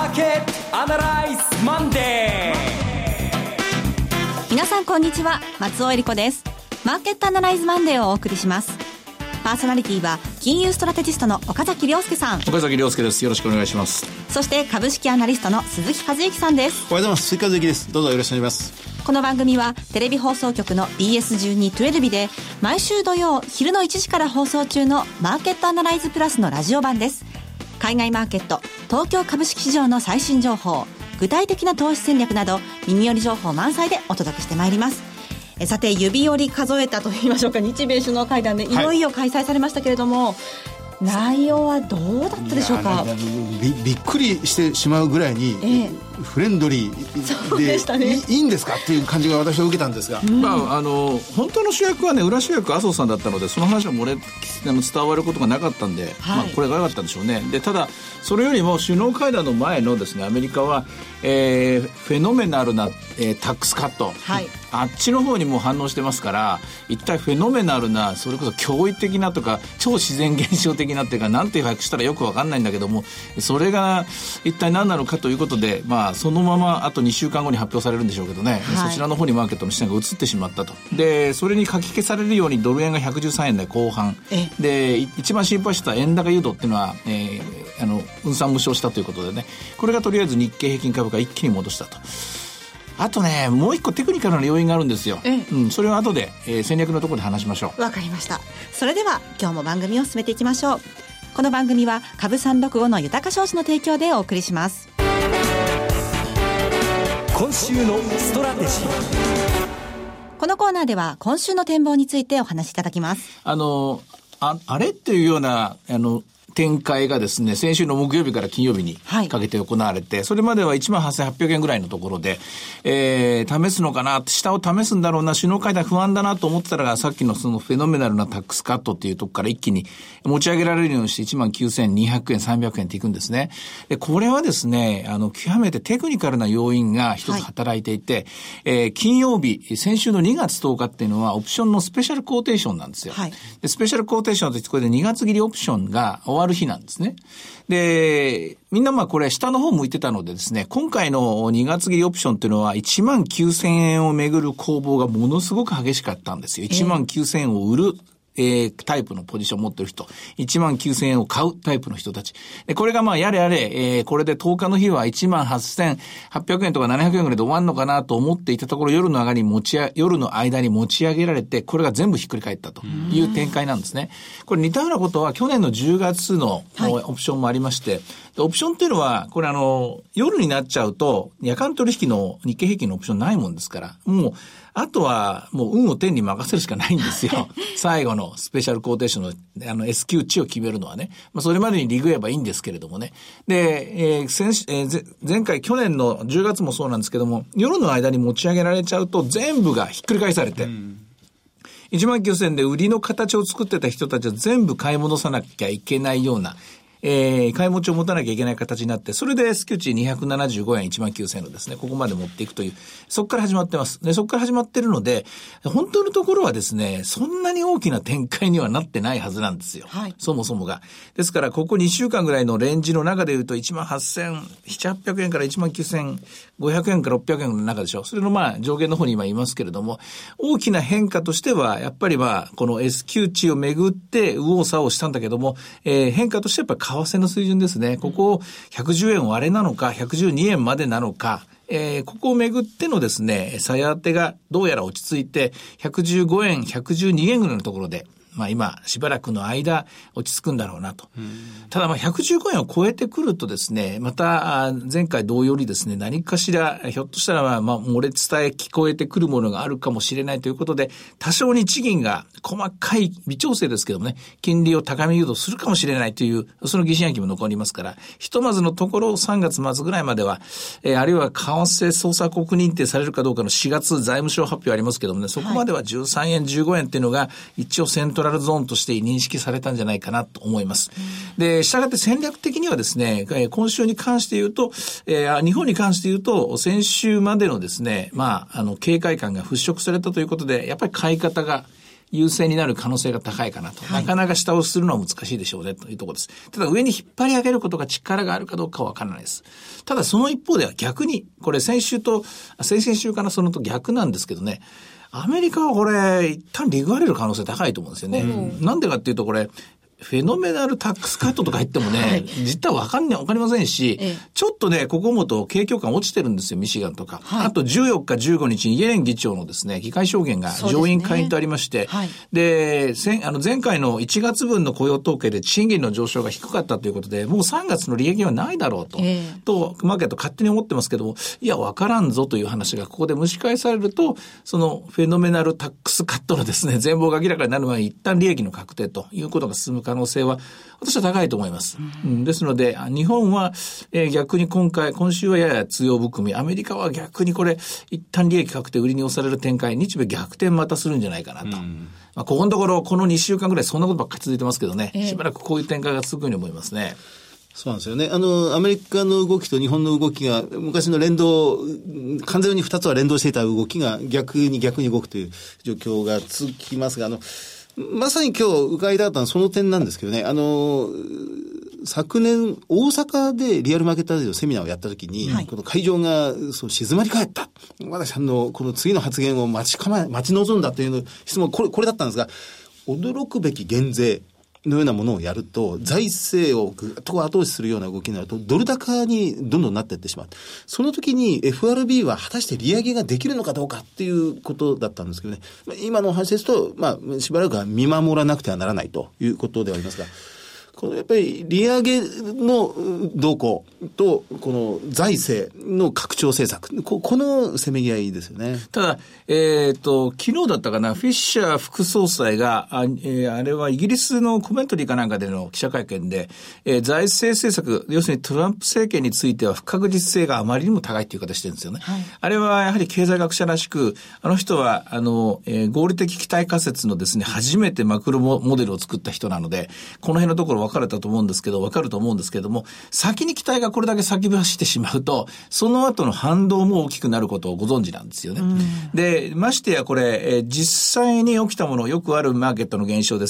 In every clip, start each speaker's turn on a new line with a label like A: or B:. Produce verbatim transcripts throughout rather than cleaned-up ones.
A: ーケットアナライズマンデ
B: ー。皆さんこんにちは、松尾恵理子です。マーケットアナライズマンデーをお送りします。パーソナリティは金融ストラテジストの岡崎亮介さん。
C: 岡崎亮介です。よろしくお願いします。
B: そして株式アナリストの鈴木和之さんです。
D: おはようございます。鈴木和之です。どうぞよろしくお願いします。
B: この番組はテレビ放送局の ビーエスじゅうに じゅうに で毎週土曜昼のいちじから放送中のマーケットアナライズプラスのラジオ版です。海外マーケット、東京株式市場の最新情報、具体的な投資戦略など耳寄り情報満載でお届けしてまいります。えさて、指折り数えたといいましょうか、日米首脳会談でいよいよ開催されましたけれども、はい、内容はどうだったでしょうか。
D: び, びっくりしてしまうぐらいに、ええ、フレンドリー で, でした、ね、い, いいんですかっていう感じが私は受けたんですが、
C: うん、まあ、あの本当の主役はね、裏主役麻生さんだったので、その話は漏れ伝わることがなかったんで、はい、まあ、これが良かったんでしょうね。でただそれよりも首脳会談の前のですね、アメリカは、えー、フェノメナルな、えー、タックスカット、はい、あっちの方にも反応してますから、一体フェノメナルな、それこそ驚異的なとか超自然現象的なっていうか、なんて訳したらよく分かんないんだけども、それが一体何なのかということで、まあ、そのままあとにしゅうかんごに発表されるんでしょうけどね、はい、そちらの方にマーケットの視点が移ってしまったと。でそれにかき消されるようにドル円がひゃくじゅうさんえん台後半で、一番心配してた円高誘導っていうのは、えー、あの運算無償したということでね、これがとりあえず日経平均株価一気に戻したと。あとね、もう一個テクニカルな要因があるんですよ、うん、それは後で、えー、戦略のところで話しましょう。
B: わかりました。それでは今日も番組を進めていきましょう。この番組は株さんろくごの豊か商事の提供でお送りします。
A: 今週のストラテジー。
B: このコーナーでは今週の展望についてお話しいただきます。
C: あの あ, あれっていうようなあの展開がですね、先週の木曜日から金曜日にかけて行われて、はい、それまではいちまんはっせんはっぴゃくえんぐらいのところで、えー、試すのかな、下を試すんだろうな、首脳会談不安だなと思ってたら、さっきのそのフェノメナルなタックスカットっていうところから一気に持ち上げられるようにしていちまんきゅうせんにひゃくえん、さんびゃくえんっていくんですね。でこれはですね、あの極めてテクニカルな要因が一つ働いていて、はい、えー、金曜日、先週のにがつとおかっていうのはオプションのスペシャルコーテーションなんですよ、はい、でスペシャルコーテーションといって、これでにがつ切りオプションが終わる日なんですね。で、みんなまあこれ下の方向いてたのでですね、今回のにがつ切りオプションっていうのはいちまんきゅうせんえんをめぐる攻防がものすごく激しかったんですよ。いちまんきゅうせんえんを売る、えー、タイプのポジションを持ってる人、いちまんきゅうせんえんを買うタイプの人たち。で、これがまあやれやれ、えー、これでとおかの日はいちまんはっせんはっぴゃくえんとかななひゃくえんぐらいで終わるのかなと思っていたところ、夜の上がりに持ちあ、夜の間に持ち上げられて、これが全部ひっくり返ったという展開なんですね。これ似たようなことは去年のじゅうがつのオプションもありまして、はい、オプションっていうのは、これあの、夜になっちゃうと、夜間取引の日経平均のオプションないもんですから、もう、あとはもう運を天に任せるしかないんですよ。最後のスペシャルコーテーションのあの エスキュー 値を決めるのはね。まあそれまでにリグえばいいんですけれどもね。で、えー、先えー、前回去年のじゅうがつもそうなんですけども、夜の間に持ち上げられちゃうと全部がひっくり返されて、うん、いちまんきゅうせんで売りの形を作ってた人たちは全部買い戻さなきゃいけないような、えー、買い持ちを持たなきゃいけない形になって、それで エスキュー 値にひゃくななじゅうごえん、いちまんきゅうせんえんのですね、ここまで持っていくという、そこから始まってます。で、そこから始まってるので、本当のところはですね、そんなに大きな展開にはなってないはずなんですよ。はい、そもそもが。ですから、ここにしゅうかんぐらいのレンジの中で言うと、いちまんはっせんななひゃくえんからいちまんきゅうせんごひゃくえんからろっぴゃくえんの中でしょ。それのまあ、上限の方に今いますけれども、大きな変化としては、やっぱりまあ、この エスキュー 値をめぐって右往左往したんだけども、えー、変化としてはやっぱり為替の水準です。ここひゃくじゅうえん割れなのかひゃくじゅうにえんまでなのか、えー、ここをめぐってのですね、鞘当てがどうやら落ち着いてひゃくじゅうごえんひゃくじゅうにえんぐらいのところで、まあ今しばらくの間落ち着くんだろうなと。ただまあひゃくじゅうごえんを超えてくるとですね、また前回同様にですね、何かしらひょっとしたらまあまあ漏れ伝え聞こえてくるものがあるかもしれないということで、多少日銀が細かい微調整ですけどもね、金利を高め誘導するかもしれないというその疑心暗鬼も残りますから、ひとまずのところさんがつ末ぐらいまでは、えー、あるいは為替操作国認定されるかどうかのしがつ財務省発表ありますけどもね、そこまではじゅうさんえんじゅうごえんっていうのが一応セントラルゾーンとして認識されたんじゃないかなと思います。で、したがって戦略的にはですね、今週に関して言うと、えー、日本に関して言うと、先週までのですね、まあ、あの、警戒感が払拭されたということで、やっぱり買い方が優勢になる可能性が高いかなと、はい、なかなか下押しするのは難しいでしょうねというところです。ただ上に引っ張り上げることが力があるかどうかは分からないです。ただその一方では逆にこれ先週と先々週からそのと逆なんですけどね、アメリカはこれ一旦利食われる可能性高いと思うんですよね、うん、なんでかっていうとこれフェノメナルタックスカットとか言ってもね、はい、実態わかんね、わかりませんし、ええ、ちょっとね、ここもと景況感落ちてるんですよ、ミシガンとか。はい、あとじゅうよっか、じゅうごにちにイエレン議長のですね、議会証言が上院下院とありまして、で、ねはいで、あの前回のいちがつぶんの雇用統計で賃金の上昇が低かったということで、もうさんがつの利上げはないだろうと、ええ、と、マーケット勝手に思ってますけども、いや、わからんぞという話がここで蒸し返されると、そのフェノメナルタックスカットのですね、全貌が明らかになる前に一旦利益の確定ということが進む可能性は、私は高いと思います。うん、ですので、日本は、えー、逆に今回、今週はやや強含み、アメリカは逆にこれ、一旦利益確定売りに押される展開、日米逆転またするんじゃないかなと。うんまあ、ここのところ、このにしゅうかんぐらいそんなことばっかり続いてますけどね、えー、しばらくこういう展開が続くように思いますね。
D: そうなんですよね。あの、アメリカの動きと日本の動きが、昔の連動、完全に二つは連動していた動きが逆に逆に動くという状況が続きますが、あの、まさに今日伺いたかったのはその点なんですけどね、あの、昨年大阪でリアルマーケットラジオセミナーをやったときに、はい、この会場がそう静まり返った。私あの、この次の発言を待ち構え、待ち望んだというの質問、これ、これだったんですが、驚くべき減税のようなものをやると、財政をぐっと後押しするような動きになると、ドル高にどんどんなっていってしまう。その時に エフアールビー は果たして利上げができるのかどうかっていうことだったんですけどね。今のお話ですと、まあ、しばらくは見守らなくてはならないということではありますが、このやっぱり利上げの動向とこの財政の拡張政策、こ, このせめぎ合いですよね。
C: ただ、えっ、ー、と昨日だったかな、フィッシャー副総裁が あ,、えー、あれはイギリスのコメントリーかなんかでの記者会見で、えー、財政政策、要するにトランプ政権については不確実性があまりにも高いという形してるんですよね、はい、あれはやはり経済学者らしく、あの人はあの、えー、合理的期待仮説のですね、初めてマクロモデルを作った人なので、この辺のところ分かれたと思うんですけど、分かると思うんですけども、先に期待がこれだけ先走ってしまうと、その後の反動も大きくなることをご存知なんですよね。で、ましてやこれ、えー、実際に起きたもの、よくあるマーケットの現象です。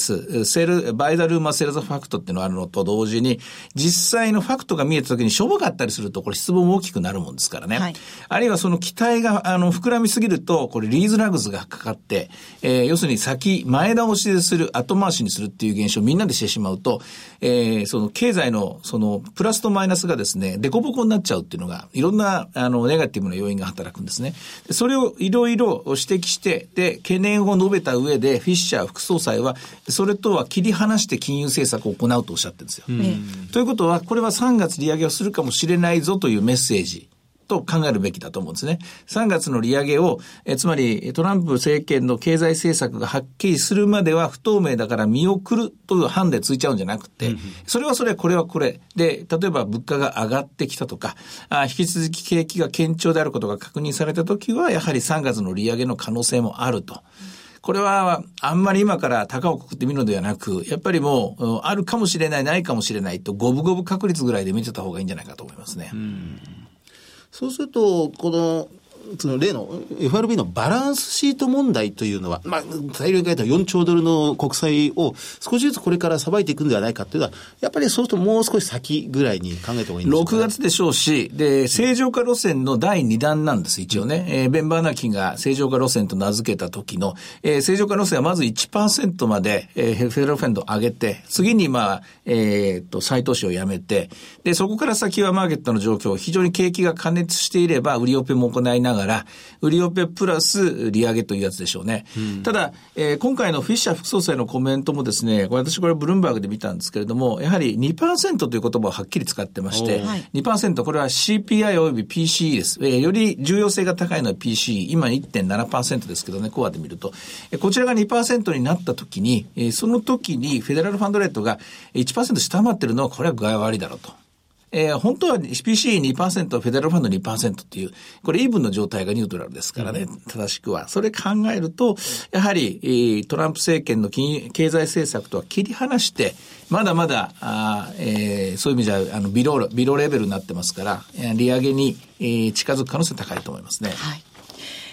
C: セール、バイザルーマーセールズファクトっていうのがあるのと同時に、実際のファクトが見えた時にしょぼかったりすると、これ失望も大きくなるもんですからね。はい、あるいはその期待が、あの、膨らみすぎると、これリーズラグズがかかって、えー、要するに先、前倒しでする、後回しにするっていう現象をみんなでしてしまうと、えー、その経済のそのプラスとマイナスがですね、デコボコになっちゃうっていうのが、いろんなあのネガティブな要因が働くんですね。でそれをいろいろ指摘して、で、懸念を述べた上で、フィッシャー副総裁は、それとは切り離して金融政策を行うとおっしゃってるんですよ。ということは、これはさんがつ利上げをするかもしれないぞというメッセージと考えるべきだと思うんですね。さんがつの利上げを、えつまりトランプ政権の経済政策がはっきりするまでは不透明だから見送るという判でついちゃうんじゃなくて、うん、それはそれ、これはこれで、例えば物価が上がってきたとか、あ引き続き景気が堅調であることが確認されたときは、やはりさんがつの利上げの可能性もあると。これはあんまり今から高をくくってみるのではなく、やっぱりもうあるかもしれない、ないかもしれないと五分五分確率ぐらいで見てた方がいいんじゃないかと思いますね。うん
D: そうすると、この、その例の エフアールビー のバランスシート問題というのは、まあ、大量に書いたよんちょうドルの国債を少しずつこれからさばいていくんではないかというのは、やっぱりそうするともう少し先ぐらいに考えた方がいいんですかね。
C: ろくがつでしょうし、で、正常化路線のだいにだんなんです、一応ね。うん、えー、ベン・バーナキンが正常化路線と名付けた時の、えー、正常化路線はまず いちパーセント まで、えー、フェデラルファンドを上げて、次にまあ、えー、っと、再投資をやめて、で、そこから先はマーケットの状況、非常に景気が過熱していれば、売りオペも行いながら、売りオペプラス利上げというやつでしょうね。うん、ただ、えー、今回のフィッシャー副総裁のコメントもですね、私これブルームバーグで見たんですけれども、やはり にパーセント という言葉をはっきり使ってまして、にパーセント これは シーピーアイ および ピーシーイー です。えー、より重要性が高いのは ピーシーイー、今 いってんななパーセント ですけどね、コアで見ると。えー、こちらが にパーセント になった時に、えー、その時にフェデラルファンドレートが いちパーセント 下回ってるのは、これは具合悪いだろうと。えー、本当は ピーシーイーにパーセント、フェデラルファンド にパーセント っていう、これイーブンの状態がニュートラルですからね、うん、正しくは。それ考えると、やはり、えー、トランプ政権の金経済政策とは切り離して、まだまだ、あえー、そういう意味じゃ、あの、ビロー、ビローレベルになってますから、利上げに、えー、近づく可能性高いと思いますね。はい。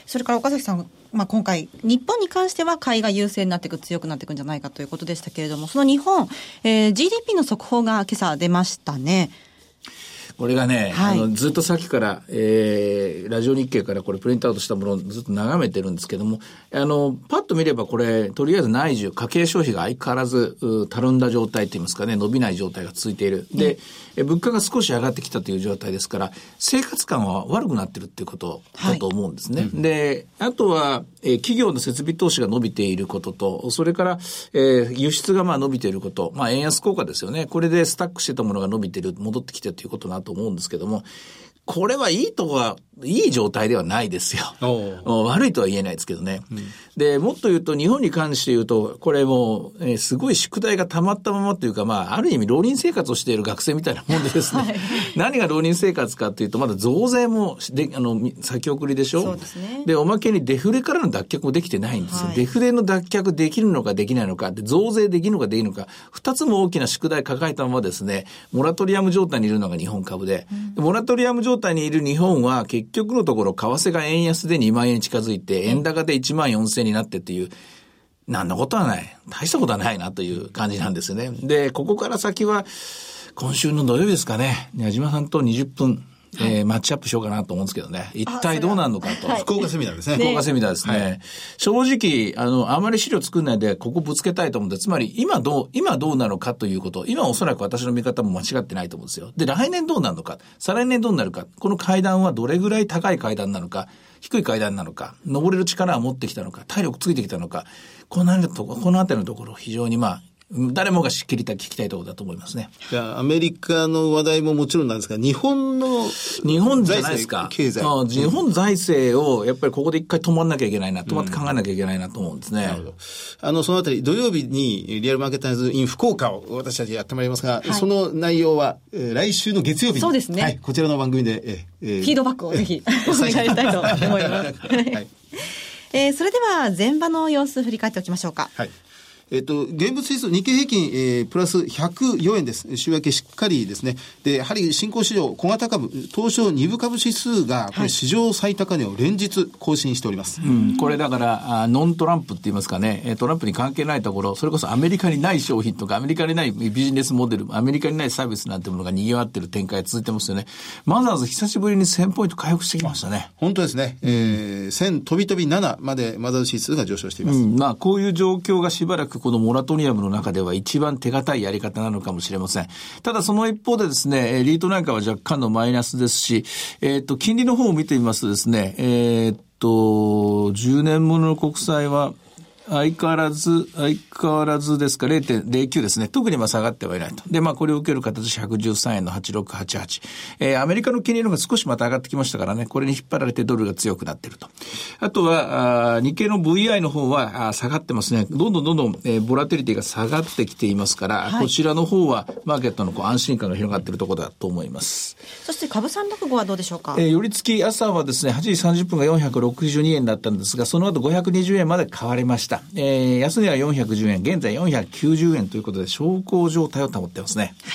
B: それから岡崎さん、まあ、今回日本に関しては買いが優勢になっていく、強くなっていくんじゃないかということでしたけれども、その日本、えー、ジーディーピー の速報が今朝出ましたね。
C: これがね、
B: はい、
C: あのずっとさっきから、えー、ラジオ日経からこれプリントアウトしたものをずっと眺めてるんですけども、あのパッと見ればこれとりあえず内需家計消費が相変わらずたるんだ状態といいますかね、伸びない状態が続いている。で、うん、物価が少し上がってきたという状態ですから、生活感は悪くなってるっていうことだと思うんですね。はい、で、あとは、えー、企業の設備投資が伸びていることと、それから、えー、輸出がまあ伸びていること、まあ円安効果ですよね。これでスタックしてたものが伸びてる、戻ってきてるということなと思うんですけども、これはいいとこは、いい状態ではないですよ。悪いとは言えないですけどね。うん、で、もっと言うと、日本に関して言うと、これもう、えー、すごい宿題が溜まったままというか、まあ、ある意味浪人生活をしている学生みたいなもんでですね。はい、何が浪人生活かというと、まだ増税もで、あの、先送りでしょ。
B: そうですね。
C: で、おまけにデフレからの脱却もできてないんですよ。
B: はい、
C: デフレの脱却できるのかできないのか、で、増税できるのかできるのか、二つも大きな宿題抱えたままですね、モラトリアム状態にいるのが日本株で、うん、モラトリアム状態にいる日本は結局のところ、為替が円安でにまんえんに近づいて、円高でいちまんよんせんえんになってっていう、なんのことはない。大したことはないなという感じなんですよね。で、ここから先は、今週の土曜日ですかね、矢島さんとにじゅっぷん、えー、マッチアップしようかなと思うんですけどね。一体どうなるのかと。
D: 福岡セミナーですね。
C: 福岡セミナーですね。はい、正直、あの、あまり資料作んないで、ここぶつけたいと思うんで、つまり、今どう、今どうなのかということ、今おそらく私の見方も間違ってないと思うんですよ。で、来年どうなるのか、再来年どうなるか、この階段はどれぐらい高い階段なのか、低い階段なのか、登れる力を持ってきたのか、体力ついてきたのか、このあたりのところ、このあたりのところ、非常にまあ、誰もが知りたい、聞きたいところだと思いますね。
D: じゃあ、アメリカの話題ももちろんなんですが、日本の
C: 日本じゃないですか。
D: 経済。
C: ああ、日本財政を、やっぱりここで一回止まんなきゃいけないな、止まって考えなきゃいけないなと思うんですね。うん、なるほど。
D: あの、そのあたり、土曜日にリアルマーケットナイズイン福岡を私たちやってまいりますが、はい、その内容は、えー、来週の月曜日に。
B: そうですね。
D: はい、こちらの番組で、え
B: ー、フィードバックをぜひお願いしたいと思います。はい。えー、それでは、前場の様子振り返っておきましょうか。
D: はい。えっと、現物指数、日経平均、えー、プラスひゃくよえんです。週明けしっかりですね。で、やはり新興市場、小型株、東証に部株指数が、これ史上最高値を連日更新しております。
C: はい、うん、これだから、あノントランプって言いますかね、トランプに関係ないところ、それこそアメリカにない商品とか、アメリカにないビジネスモデル、アメリカにないサービスなんてものが賑わってる展開が続いてますよね。まずまず久しぶりにせんポイント回復してきましたね。
D: 本当ですね。えー、せん飛び飛びななまでマザーズ指数が上昇しています。
C: うん、まあ、こういう状況がしばらくこのモラトリアムの中では一番手堅いやり方なのかもしれません。ただその一方でですね、リートなんかは若干のマイナスですし、えっと、金利の方を見てみますとですね、えっと、じゅうねんものの国債は、相変わらず、相変わらずですか、れいてんぜろきゅう ですね。特にまあ下がってはいないと。で、まあこれを受ける形ひゃくじゅうさんえんのはちろくはちはち。えー、アメリカの金利の方が少しまた上がってきましたからね、これに引っ張られてドルが強くなっていると。あとは、あ日経の ブイアイ の方はあ下がってますね。どんどんどんどん、えー、ボラテリティが下がってきていますから、はい、こちらの方はマーケットのこう安心感が広がっているところだと思います。
B: そして株さんびゃくごはどうでしょうか。
C: えー、寄り付き朝はですね、はちじさんじゅっぷんがよんひゃくろくじゅうにえんだったんですが、その後ごひゃくにじゅうえんまで買われました。えー、安値はよんひゃくじゅうえん、現在よんひゃくきゅうじゅうえんということで小康状態を保ってますね。
B: はい。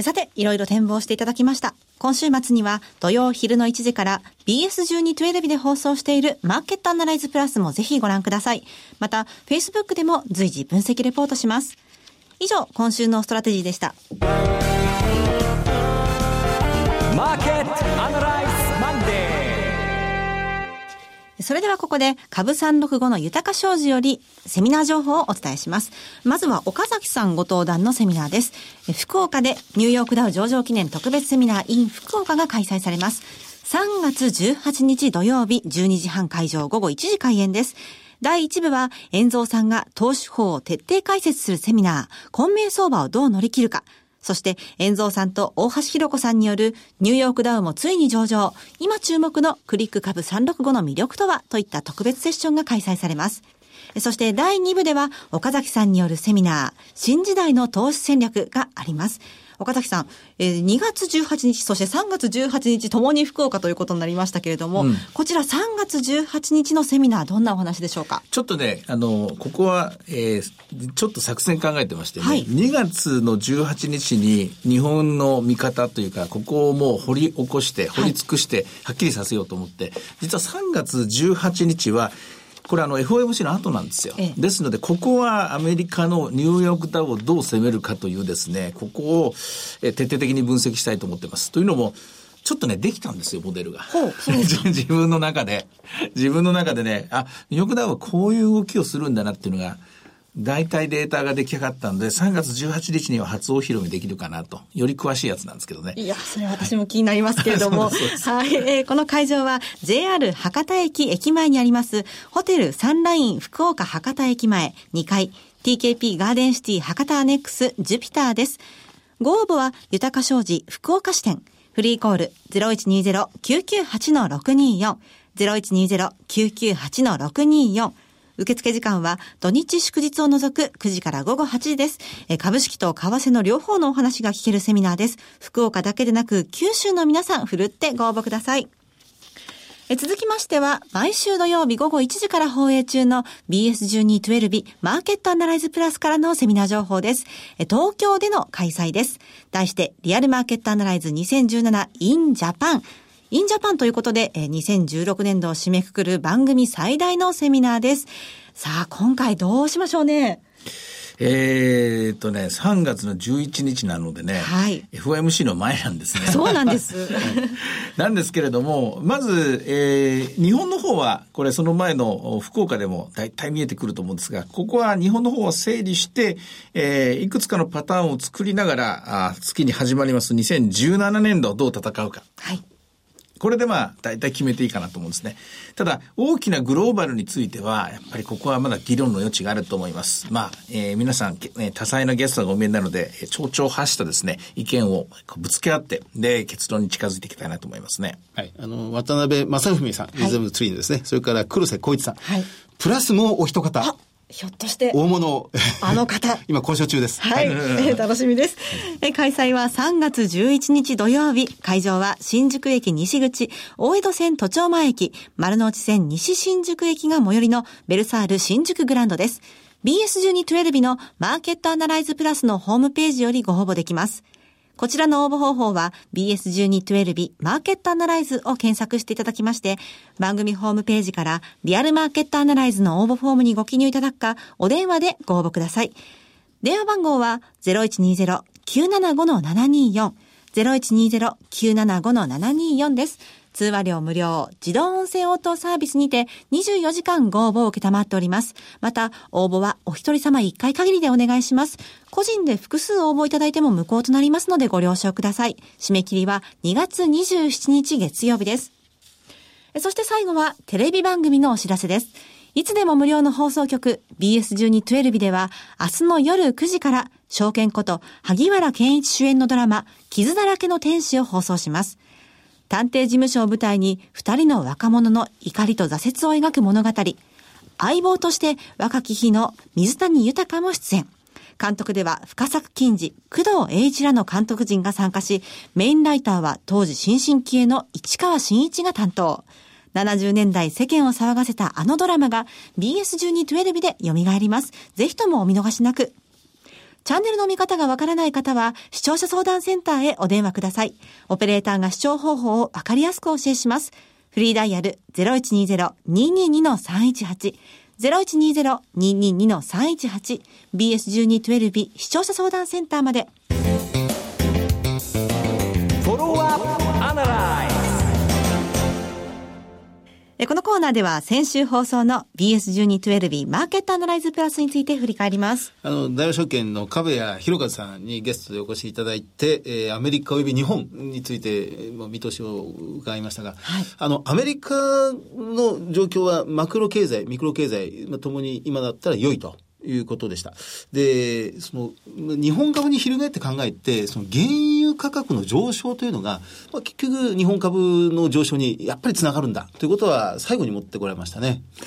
B: さて、いろいろ展望していただきました。今週末には土曜昼のいちじから ビーエスじゅうに テレビで放送しているマーケットアナライズプラスもぜひご覧ください。また、Facebook でも随時分析レポートします。以上、今週のストラテジーでした。
A: マーケットアナライズマンデー。
B: それではここで株さんろくごの豊か商事よりセミナー情報をお伝えします。まずは岡崎さんご登壇のセミナーです。福岡でニューヨークダウ上場記念特別セミナー in 福岡が開催されます。さんがつじゅうはちにち土曜日じゅうにじはん会場、午後いちじ開演です。だいいち部は遠蔵さんが投資法を徹底解説するセミナー、混迷相場をどう乗り切るか。そして、遠蔵さんと大橋弘子さんによるニューヨークダウもついに上場。今注目のクリック株さんろくごの魅力とはといった特別セッションが開催されます。 そしてだいに部では岡崎さんによるセミナー、新時代の投資戦略があります。岡崎さん、えー、にがつじゅうはちにち、そしてさんがつじゅうはちにちともに福岡ということになりましたけれども、うん、こちらさんがつじゅうはちにちのセミナー、どんなお話でしょうか？
C: ちょっとね、あの、ここは、えー、ちょっと作戦考えてましてね、はい、にがつのじゅうはちにちに日本の見方というか、ここをもう掘り起こして、掘り尽くして、はっきりさせようと思って、はい、実はさんがつじゅうはちにちは、これあの エフオーエムシー の後なんですよ、ええ。ですので、ここはアメリカのニューヨークダウをどう攻めるかというですね、ここを徹底的に分析したいと思ってます。というのも、ちょっとね、できたんですよ、モデルが。
B: ほう、そうですか。
C: 自分の中で。自分の中でね、あ、ニューヨークダウはこういう動きをするんだなっていうのが、大体データが出来上がったので、さんがつじゅうはちにちには初お披露目できるかなと。より詳しいやつなんですけどね。
B: いや、それは私も気になりますけれども。はい、えー。この会場は ジェイアール 博多駅駅前にあります、ホテルサンライン福岡博多駅前にかい、ティーケーピー ガーデンシティ博多アネックスジュピターです。ご応募は、豊か商事福岡支店。フリーコール ゼロいちにゼロ きゅうきゅうはち ろくにーよん、ゼロいちにゼロ きゅうきゅうはち ろくにーよん。受付時間は土日祝日を除くくじからごごはちじです。え株式と為替の両方のお話が聞けるセミナーです。福岡だけでなく九州の皆さん、ふるってご応募ください。え続きましては、毎週土曜日ごごいちじから放映中の ビーエスじゅうにじゅうに マーケットアナライズプラスからのセミナー情報です。え東京での開催です。題して、リアルマーケットアナライズにせんじゅうなな in Japan。インジャパンということで、にせんじゅうろくねんどを締めくくる番組最大のセミナーです。さあ、今回どうしましょうね。
C: えーっとね、さんがつのじゅういちにちなのでね、
B: はい、
C: エフオーエムシー の前なんですね。
B: そうなんです。
C: なんですけれども、まず、えー、日本の方は、これその前の福岡でも大体見えてくると思うんですが、ここは日本の方を整理して、えー、いくつかのパターンを作りながら、あ月に始まりますにせんじゅうななねんどをどう戦うか。
B: はい。
C: これでまあ大体決めていいかなと思うんですね。ただ大きなグローバルについてはやっぱりここはまだ議論の余地があると思います。まあ、えー、皆さん、ね、多彩なゲストがお見えになるので丁々発したですね意見をぶつけ合ってで結論に近づいていきたいなと思いますね。
D: はい、あの渡辺正文さん、リズムツリーですね。はい、それから黒瀬光一さん。
B: はい。
D: プラスもうお一方。
B: ひょっとして
D: 大物
B: あの方
D: 今交渉中です。
B: はい、はい、楽しみです。え開催はさんがつじゅういちにち土曜日、会場は新宿駅西口、大江戸線都庁前駅、丸の内線西新宿駅が最寄りのベルサール新宿グランドです。ビーエスじゅうにじゅうに のマーケットアナライズプラスのホームページよりご応募できます。こちらの応募方法は ビーエスじゅうにじゅうに マーケットアナライズを検索していただきまして、番組ホームページからリアルマーケットアナライズの応募フォームにご記入いただくか、お電話でご応募ください。電話番号は ゼロいちにゼロ きゅうななご ななにーよん、ゼロいちにゼロ きゅうななご ななにーよんです。通話料無料、自動音声応答サービスにてにじゅうよじかんご応募を受けたまっております。また、応募はお一人様いっかい限りでお願いします。個人で複数応募いただいても無効となりますのでご了承ください。締め切りはにがつにじゅうしちにち月曜日です。そして最後はテレビ番組のお知らせです。いつでも無料の放送局 ビーエスじゅうにじゅうに では明日の夜くじから証券こと萩原健一主演のドラマ傷だらけの天使を放送します。探偵事務所を舞台に二人の若者の怒りと挫折を描く物語。相棒として若き日の水谷豊も出演。監督では深作欣二、工藤栄一らの監督陣が参加し、メインライターは当時新進気鋭の市川真一が担当。ななじゅうねんだい世間を騒がせたあのドラマが ビーエスじゅうにじゅうに で蘇ります。ぜひともお見逃しなく。チャンネルの見方がわからない方は視聴者相談センターへお電話ください。オペレーターが視聴方法をわかりやすくお教えします。フリーダイヤル ゼロいちにゼロ にーにーに さんいちはち ゼロいちにゼロ にーにーに さんいちはち ビーエスじゅうにじゅうに 視聴者相談センターまで。
A: フォローアップアナライズ。
B: このコーナーでは先週放送の ビーエスじゅうにじゅうに マーケットアナライズプラスについて振り返ります。
D: あの、大和証券の株谷博和さんにゲストでお越しいただいて、えー、アメリカおよび日本について、まあ、見通しを伺いましたが、はい、あの、アメリカの状況はマクロ経済、ミクロ経済、まあ、ともに今だったら良いと。いうことでした。で、その日本株に翻って考えて、その原油価格の上昇というのが、まあ、結局日本株の上昇にやっぱりつながるんだということは最後に持ってこられましたね。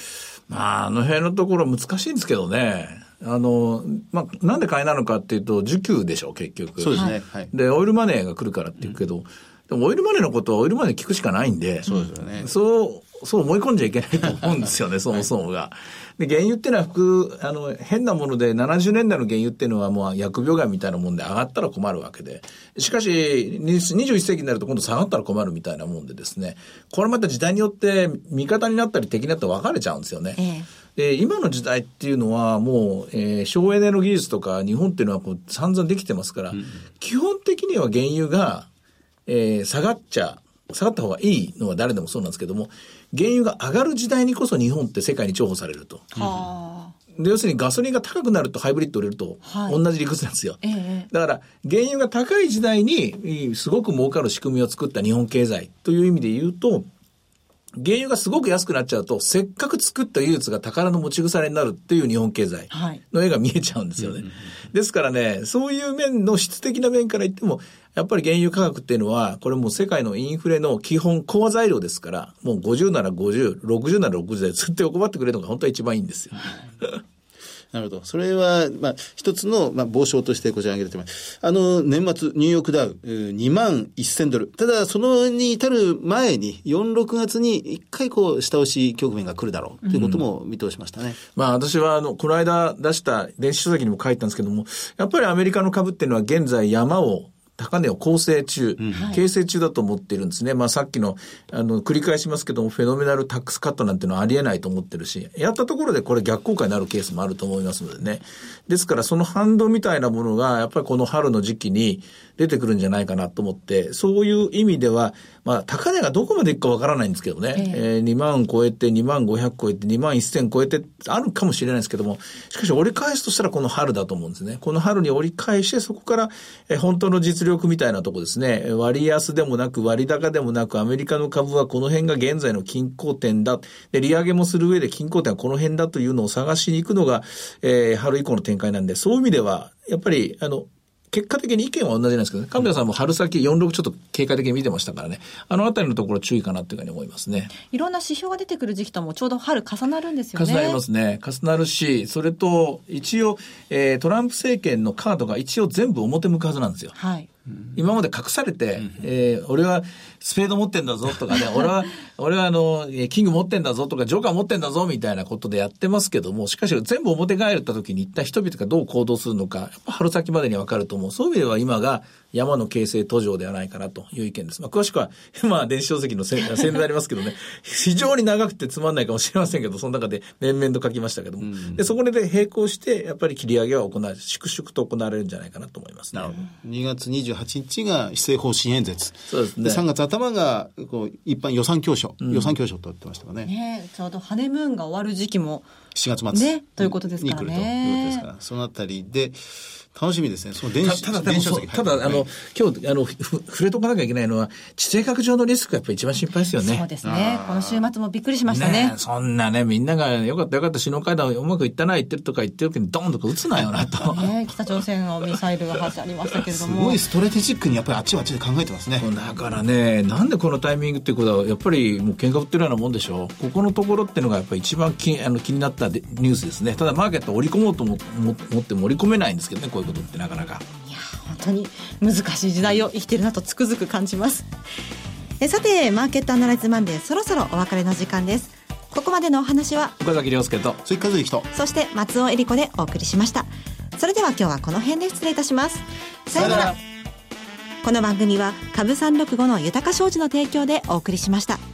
C: まあ、あの辺のところ難しいんですけどね。あの、まあ、なんで買いなのかっていうと、需給でしょ、結局。
D: そうですね。はい。
C: で、オイルマネーが来るからって言うけど、うん、でもオイルマネーのことはオイルマネー聞くしかないんで、
D: そうですよね。
C: そう、そう思い込んじゃいけないと思うんですよね、そもそもが。で、原油ってのは服、あの、変なもので、ななじゅうねんだいの原油っていうのはもう疫病神みたいなもんで上がったら困るわけで。しかし、にじゅういっ世紀になると今度下がったら困るみたいなもんでですね、これまた時代によって味方になったり敵になって分かれちゃうんですよね。ええ、で今の時代っていうのはもう、えー、省エネの技術とか日本っていうのはこう散々できてますから、うん、基本的には原油が、えー、下がっちゃ下がった方がいいのは誰でもそうなんですけども、原油が上がる時代にこそ日本って世界に重宝されると。はあ、で要するにガソリンが高くなるとハイブリッド売れると、はい、同じ理屈なんですよ、ええ、だから原油が高い時代にすごく儲かる仕組みを作った日本経済という意味で言うと、原油がすごく安くなっちゃうと、せっかく作った技術が宝の持ち腐れになるっていう日本経済の絵が見えちゃうんですよね。はい、ですからね、そういう面の質的な面から言っても、やっぱり原油価格っていうのは、これもう世界のインフレの基本、コア材料ですから、もうごじゅうならごじゅう、ろくじゅうならろくじゅうでずっと横ばってくれるのが本当は一番いいんですよ。
D: なるほど。それは、まあ、一つの、まあ、傍証としてこちらに挙げてます。あの、年末、ニューヨークダウ、にまんせんドル。ただ、そのに至る前に、よん、ろくがつに一回、こう、下押し局面が来るだろうということも見通しましたね。うん、
C: まあ、私は、あの、この間出した電子書籍にも書いたんですけども、やっぱりアメリカの株っていうのは現在山を、高値を構成中、うん、形成中だと思っているんですね。まあさっきの、あの、繰り返しますけども、フェノメナルタックスカットなんてのはありえないと思ってるし、やったところでこれ逆効果になるケースもあると思いますのでね。ですからその反動みたいなものが、やっぱりこの春の時期に出てくるんじゃないかなと思って、そういう意味では、まあ高値がどこまでいくかわからないんですけどね、えーえー、にまん超えて、にまんごひゃく超えて、にまんせん超えてあるかもしれないですけども、しかし折り返すとしたらこの春だと思うんですね。この春に折り返して、そこから、えー、本当の実力みたいなところですね、割安でもなく割高でもなく、アメリカの株はこの辺が現在の均衡点だ。で、利上げもする上で均衡点はこの辺だというのを探しに行くのが、えー、春以降の展開なんで、そういう意味では、やっぱり、あの、結果的に意見は同じなんですけどね。神谷さんも春先よんじゅうろくちょっと経過的に見てましたからね。あのあたりのところ注意かなっていうふうに思いますね。
B: いろんな指標が出てくる時期ともちょうど春重なるんですよね。
C: 重なりますね。重なるし、それと一応、えー、トランプ政権のカードが一応全部表向くはずなんですよ。はい。今まで隠されて、うんえー、俺はスペード持ってんだぞとかね、俺は、俺はあの、キング持ってんだぞとか、ジョーカー持ってんだぞみたいなことでやってますけども、しかし全部表返った時に一体人々がどう行動するのか、やっぱ春先までに分かると思う。そういう意味では今が山の形成途上ではないかなという意見です。まあ、詳しくは、まあ、電子書籍の宣伝でありますけどね、非常に長くてつまんないかもしれませんけど、その中で面々と書きましたけども、うん、でそこで並行して、やっぱり切り上げは行われ、粛々と行われるんじゃないかなと思いますね。
D: なるほど。にがつにじゅうはちにちが施政方針演説。
C: そうですね。
D: でさんがつ頭がこう一般予算教書、うん、予算教書と言ってましたかね。
B: ね、ちょうどハネムーンが終わる時期も
D: しがつ末
B: ねということですからね。
D: に来るということですから、そのあたりで楽しみですね。その電子
C: ただ電子書籍ただ、はい、あの今日あの触れとかなきゃいけないのは地政学上のリスクがやっぱり一番心配ですよね。
B: そうですね。この週末もびっくりしましたね。
C: ね、そんなねみんながよかったよかった首脳会談うまくいったな言ってるとか言ってる時にドーンとか撃つなよなと。
B: ね、北朝鮮のミサイルが発射ありましたけれども。
D: すごいストラテジックにやっぱりあっちはあっちで考えてますね。
C: だからねなんでこのタイミングっていうことはやっぱりもう喧嘩売ってるようなもんでしょう。ここのところっていうのがやっぱり一番気あの気になったニュースですね。ただマーケットを織り込もうと思って盛り込めないんですけどねこういうことってなかなか。
B: いや本当に難しい時代を生きてるなとつくづく感じます。えさてマーケットアナライズマンデーそろそろお別れの時間です。ここまでのお話は
C: 岡崎亮介と
D: 鈴木和之と
B: そして松尾恵里子でお送りしました。それでは今日はこの辺で失礼いたします。さようなら。この番組は株さんろくごの豊か商事の提供でお送りしました。